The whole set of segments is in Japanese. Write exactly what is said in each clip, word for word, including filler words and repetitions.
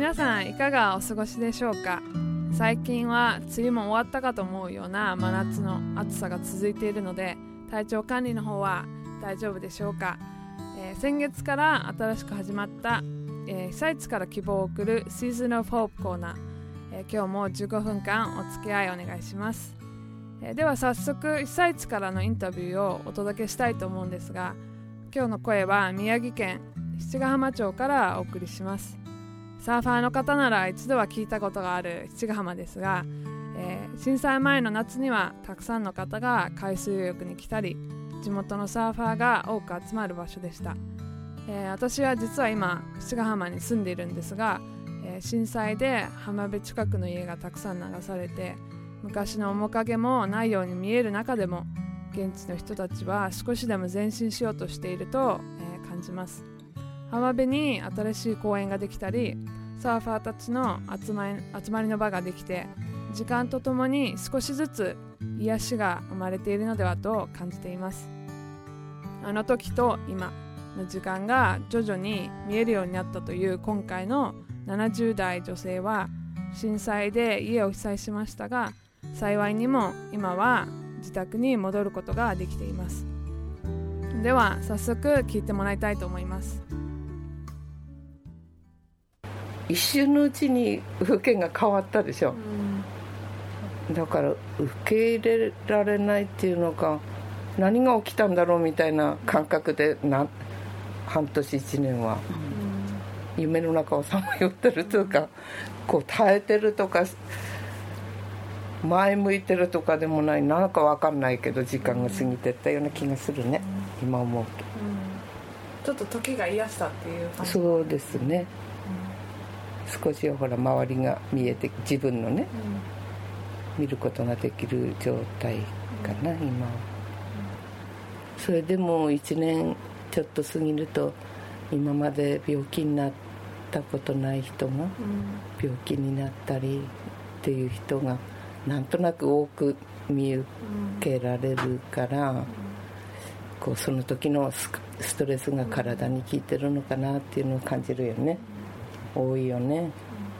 皆さんいかがお過ごしでしょうか。最近は梅雨も終わったかと思うような真夏の暑さが続いているので、体調管理の方は大丈夫でしょうか。えー、先月から新しく始まった、えー、被災地から希望を送る Season of Hope コーナー、えー、今日もじゅうごふんかんお付き合いお願いします。えー、では早速被災地からのインタビューをお届けしたいと思うんですが、今日の声は宮城県七ヶ浜町からお送りします。サーファーの方なら一度は聞いたことがある七ヶ浜ですが、えー、震災前の夏にはたくさんの方が海水浴に来たり、地元のサーファーが多く集まる場所でした。えー、私は実は今七ヶ浜に住んでいるんですが、えー、震災で浜辺近くの家がたくさん流されて、昔の面影もないように見える中でも、現地の人たちは少しでも前進しようとしていると、えー、感じます。浜辺に新しい公園ができたり、サーファーたちの集まり、集まりの場ができて、時間とともに少しずつ癒しが生まれているのではと感じています。あの時と今の時間が徐々に見えるようになったという今回のななじゅう代女性は、震災で家を被災しましたが、幸いにも今は自宅に戻ることができています。では早速聞いてもらいたいと思います。 一瞬のうちに風景が変わったでしょ、うん、だから受け入れられないっていうのか、何が起きたんだろうみたいな感覚でな半年一年は、うん、夢の中をさまよってるというか、こう耐えてるとか前向いてるとかでもない、なんか分かんないけど時間が過ぎてったような気がするね、うん、今思うと、うん、ちょっと時が癒したっていう感じ。 そうですね、少しほら周りが見えて、自分のね、うん、見ることができる状態かな、うん、今は。それでもいちねんちょっと過ぎると、今まで病気になったことない人が病気になったりっていう人がなんとなく多く見受けられるから、うん、こうその時のストレスが体に効いてるのかなっていうのを感じるよね、多いよね、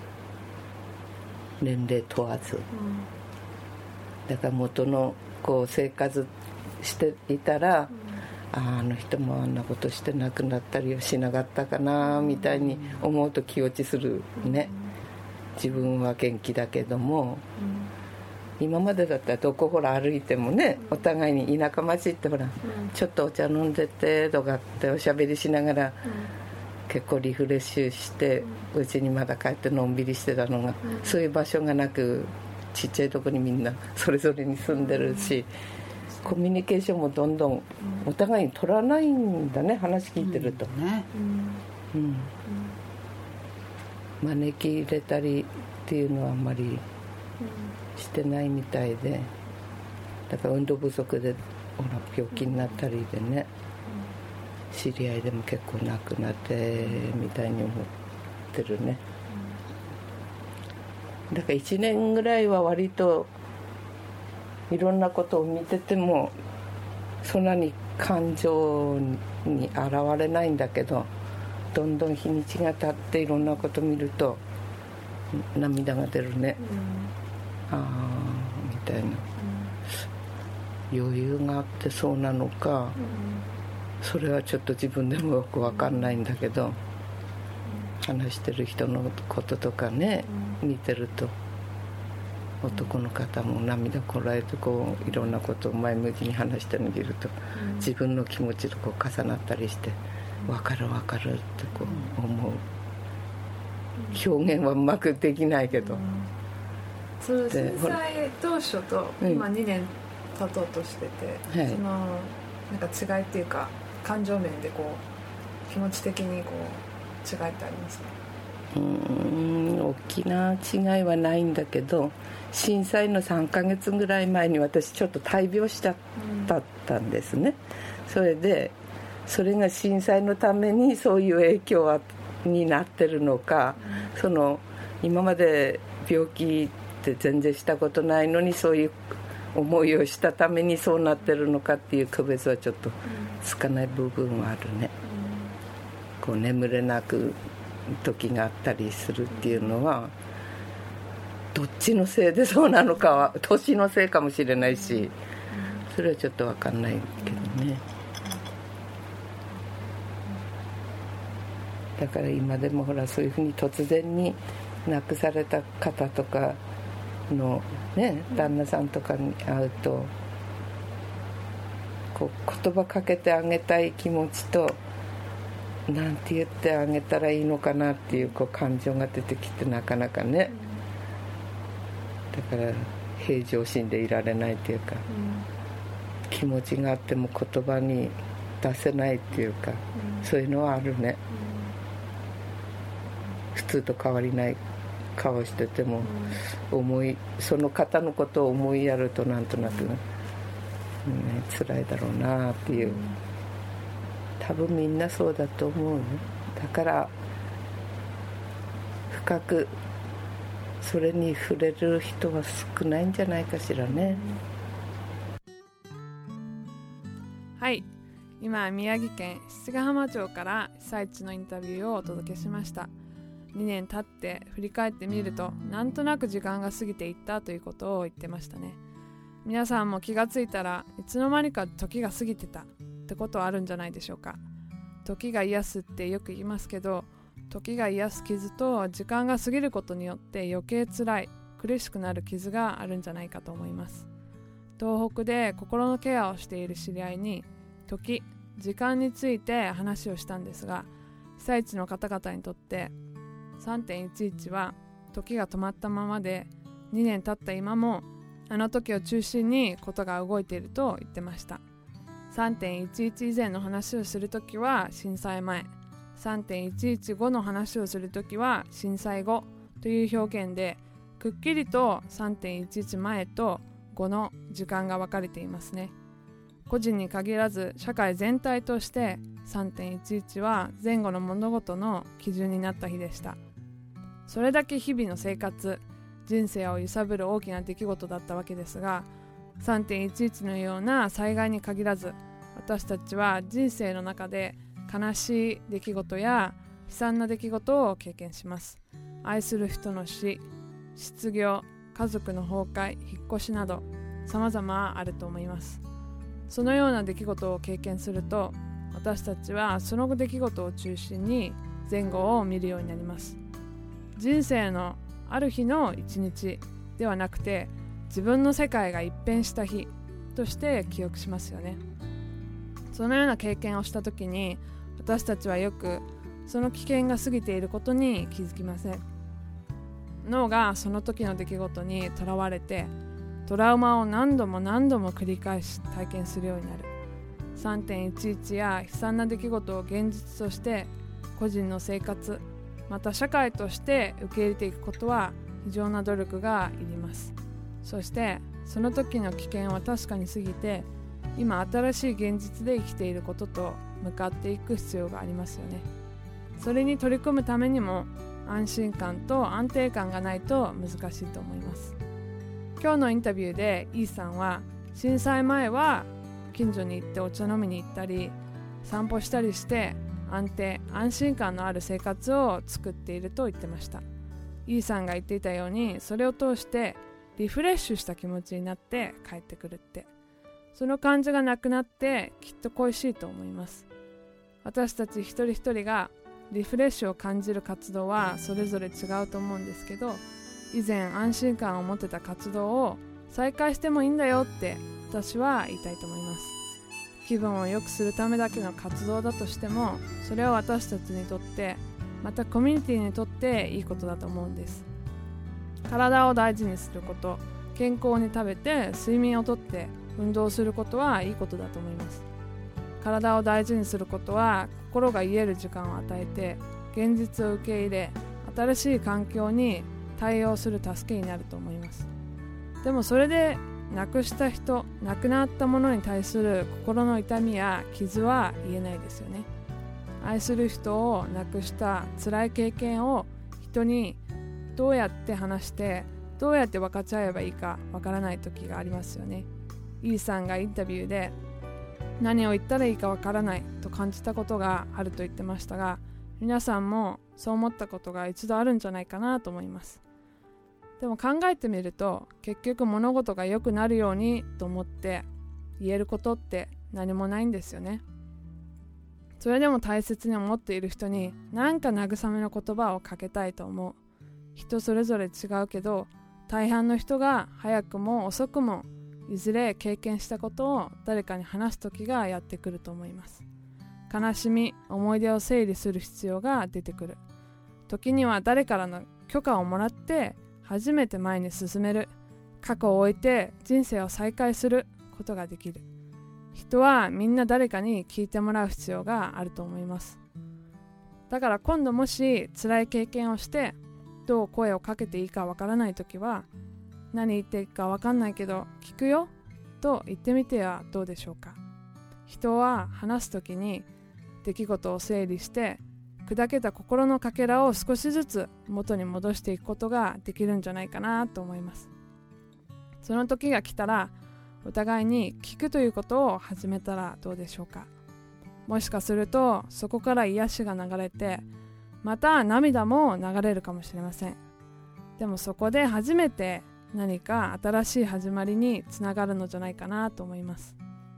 うん、年齢問わず、うん、だから元のこう生活していたら、うん、あ, あの人もあんなことして亡くなったりはしなかったかなみたいに思うと気落ちするね、自分は元気だけども、うん、今までだったらどこほら歩いてもね、お互いに田舎町ってほら、うん、ちょっとお茶飲んでてとかっておしゃべりしながら、うん、結構リフレッシュしてうちにまだ帰ってのんびりしてたのが、うん、そういう場所がなく、ちっちゃいとこにみんなそれぞれに住んでるし、コミュニケーションもどんどんお互いに取らないんだね、話聞いてると、うんね、うんうん、招き入れたりっていうのはあんまりしてないみたいで、だから運動不足でほら病気になったりでね、知り合いでも結構亡くなってみたいに思ってるね。だからいちねんぐらいは割といろんなことを見ててもそんなに感情に現れないんだけど、どんどん日にちが経っていろんなことを見ると涙が出るね、うん、ああみたいな、うん、余裕があってそうなのか、うん、それはちょっと自分でもよく分かんないんだけど、うん、話してる人のこととかね、うん、見てると男の方も涙こらえてこういろんなことを前向きに話してるのを見ると、うん、自分の気持ちとこう重なったりして、分かる分かるってこう思う、うん、表現はうまくできないけど、うん、 その震災当初と今にねん経とうとしてて、うん、そのなんか違いっていうか感情面でこう気持ち的にこう違いってありますか？ うーん、大きな違いはないんだけど、震災のさんかげつぐらい前に私ちょっと大病しちゃったんですね、うん、それでそれが震災のためにそういう影響はになってるのか、うん、その今まで病気って全然したことないのにそういう思いをしたためにそうなってるのかっていう区別はちょっとつかない部分はあるね、うん、こう眠れなく時があったりするっていうのは、どっちのせいでそうなのかは年のせいかもしれないし、それはちょっと分かんないけどね。だから今でもほら、そういうふうに突然に亡くされた方とかのね、旦那さんとかに会うと、こう言葉かけてあげたい気持ちと、なんて言ってあげたらいいのかなっていう、こう感情が出てきて、なかなかね、だから平常心でいられないっていうか、うん、気持ちがあっても言葉に出せないっていうか、うん、そういうのはあるね、うん、普通と変わりない顔してても、うん、思いその方のことを思いやると、なんとなく、ね、辛いだろうなっていう、うん、多分みんなそうだと思うね。だから深くそれに触れる人は少ないんじゃないかしらね。 はい、今宮城県七ヶ浜町から被災地のインタビューをお届けしました。にねん経って振り返ってみると、なんとなく時間が過ぎていったということを言ってましたね。皆さんも気がついたらいつの間にか時が過ぎてたってことはあるんじゃないでしょうか。時が癒すってよく言いますけど、時が癒す傷と時間が過ぎることによって余計辛い苦しくなる傷があるんじゃないかと思います。東北で心のケアをしている知り合いに時、時間について話をしたんですが、被災地の方々にとって さんてんいちいち は時が止まったままで、にねん経った今もあの時を中心にことが動いていると言ってました。 さんてんいちいち 以前の話をするときは震災前、さんてんいちいち 後の話をするときは震災後という表現で、くっきりと さんてんいちいち 前と後の時間が分かれていますね。個人に限らず社会全体として さんてんいちいち は前後の物事の基準になった日でした。それだけ日々の生活、人生を揺さぶる大きな出来事だったわけですが、 さんてんいちいち のような災害に限らず、私たちは人生の中で悲しい出来事や悲惨な出来事を経験します。愛する人の死、失業、家族の崩壊、引っ越しなど様々あると思います。そのような出来事を経験すると、私たちはその出来事を中心に前後を見るようになります。人生のある日の一日ではなくて、自分の世界が一変した日として記憶しますよね。そのような経験をしたときに、私たちはよくその危険が過ぎていることに気づきません。脳がその時の出来事にとらわれて、トラウマを何度も何度も繰り返し体験するようになる。 さんてんいちいち や悲惨な出来事を現実として個人の生活、また社会として受け入れていくことは非常な努力がいります。そしてその時の危険は確かに過ぎて、今新しい現実で生きていることと向かっていく必要がありますよね。それに取り組むためにも安心感と安定感がないと難しいと思います。今日のインタビューでイーさんは、震災前は近所に行ってお茶飲みに行ったり散歩したりして安定安心感のある生活を作っていると言ってました。イーさんが言っていたように、それを通してリフレッシュした気持ちになって帰ってくるって、その感じがなくなってきっと恋しいと思います。私たち一人一人がリフレッシュを感じる活動はそれぞれ違うと思うんですけど、以前安心感を持ってた活動を再開してもいいんだよって私は言いたいと思います。気分を良くするためだけの活動だとしても、それは私たちにとって、またコミュニティにとっていいことだと思うんです。体を大事にすること、健康に食べて睡眠をとって運動することはいいことだと思います。体を大事にすることは心が癒える時間を与えて、現実を受け入れ、新しい環境に対応する助けになると思います。でもそれで亡くした人、亡くなったものに対する心の痛みや傷は言えないですよね。愛する人を亡くした辛い経験を人にどうやって話して、どうやって分かち合えばいいかわからない時がありますよね。イーさんがインタビューで、何を言ったらいいかわからないと感じたことがあると言ってましたが、皆さんもそう思ったことが一度あるんじゃないかなと思います。でも考えてみると、結局物事が良くなるようにと思って言えることって何もないんですよね。それでも大切に思っている人に何か慰めの言葉をかけたいと思う。人それぞれ違うけど、大半の人が早くも遅くもいずれ経験したことを誰かに話す時がやってくると思います。悲しみ、思い出を整理する必要が出てくる。時には誰からの許可をもらって初めて前に進める。過去を置いて人生を再開することができる。人はみんな誰かに聞いてもらう必要があると思います。だから今度もし辛い経験をしてどう声をかけていいかわからないときは、何言っていいかわかんないけど聞くよと言ってみてはどうでしょうか。人は話すときに出来事を整理して砕けた心のかけらを少しずつ元に戻していくことができるんじゃないかなと思います。その時が来たらお互いに聞くということを始めたらどうでしょうか。もしかするとそこから癒しが流れて、また涙も流れるかもしれません。でもそこで初めて何か新しい始まりにつながるのじゃないかなと思います。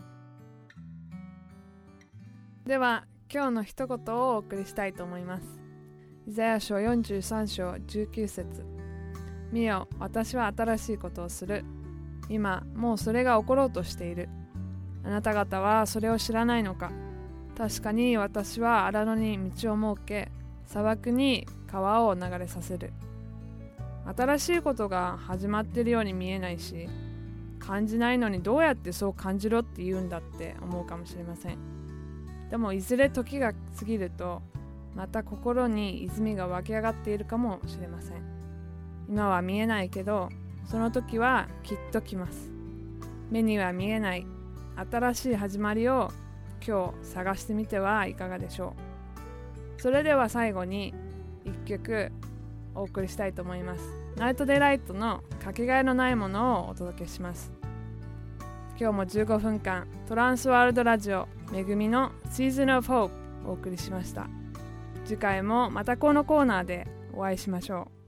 では今日の一言をお送りしたいと思います。イザヤ書よんじゅうさん章じゅうきゅう節。見よ、私は新しいことをする。今もうそれが起ころうとしている。あなた方はそれを知らないのか。確かに私は荒野に道を設け、砂漠に川を流れさせる。新しいことが始まっているように見えないし、感じないのにどうやってそう感じろって言うんだって思うかもしれません。でもいずれ時が過ぎると、また心に泉が湧き上がっているかもしれません。今は見えないけど、その時はきっと来ます。目には見えない新しい始まりを今日探してみてはいかがでしょう。それでは最後に一曲お送りしたいと思います。ナイトデライトのかけがえのないものをお届けします。今日もじゅうごふんかんトランスワールドラジオめぐみの Season of Hope をお送りしました。次回もまたこのコーナーでお会いしましょう。